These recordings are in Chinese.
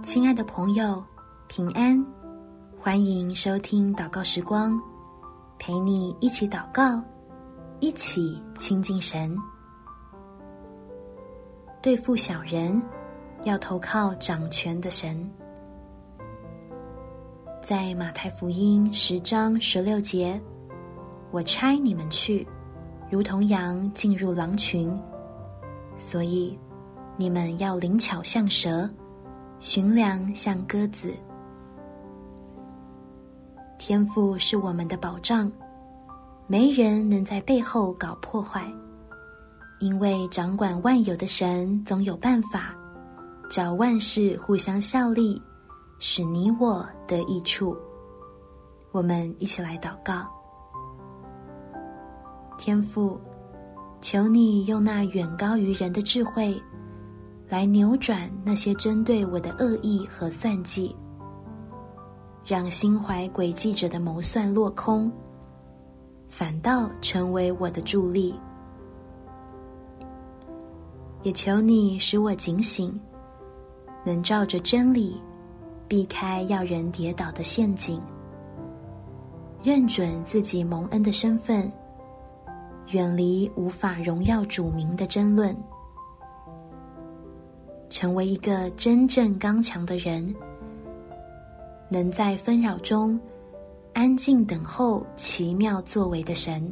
亲爱的朋友，平安，欢迎收听祷告时光，陪你一起祷告，一起亲近神。对付小人，要投靠掌权的神。在马太福音10章16节，我差你们去，如同羊进入狼群，所以你们要灵巧像蛇，驯良像鸽子。天父是我们的保障，没人能在背后搞破坏，因为掌管万有的神总有办法，叫万事互相效力，使你我得益处。我们一起来祷告。天父，求你用那远高于人的智慧来扭转那些针对我的恶意和算计，让心怀诡计者的谋算落空，反倒成为我的助力。也求你使我警醒，能照着真理避开要人跌倒的陷阱，认准自己蒙恩的身份，远离无法荣耀主名的争论，成为一个真正刚强的人，能在纷扰中安静等候奇妙作为的神。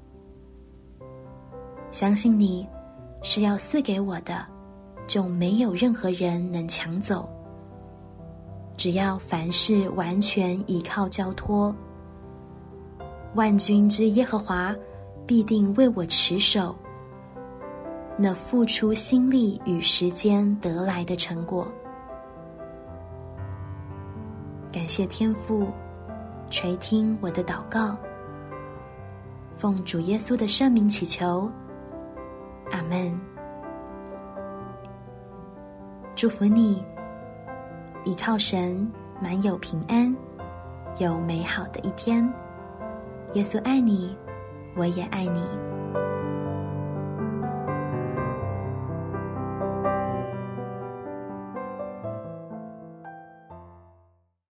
相信你是要赐给我的，就没有任何人能抢走。只要凡事完全倚靠交托，万军之耶和华必定为我持守那付出心力与时间得来的成果。感谢天父垂听我的祷告，奉主耶稣的圣名祈求，阿们。祝福你，依靠神，满有平安，有美好的一天。耶稣爱你，我也爱你。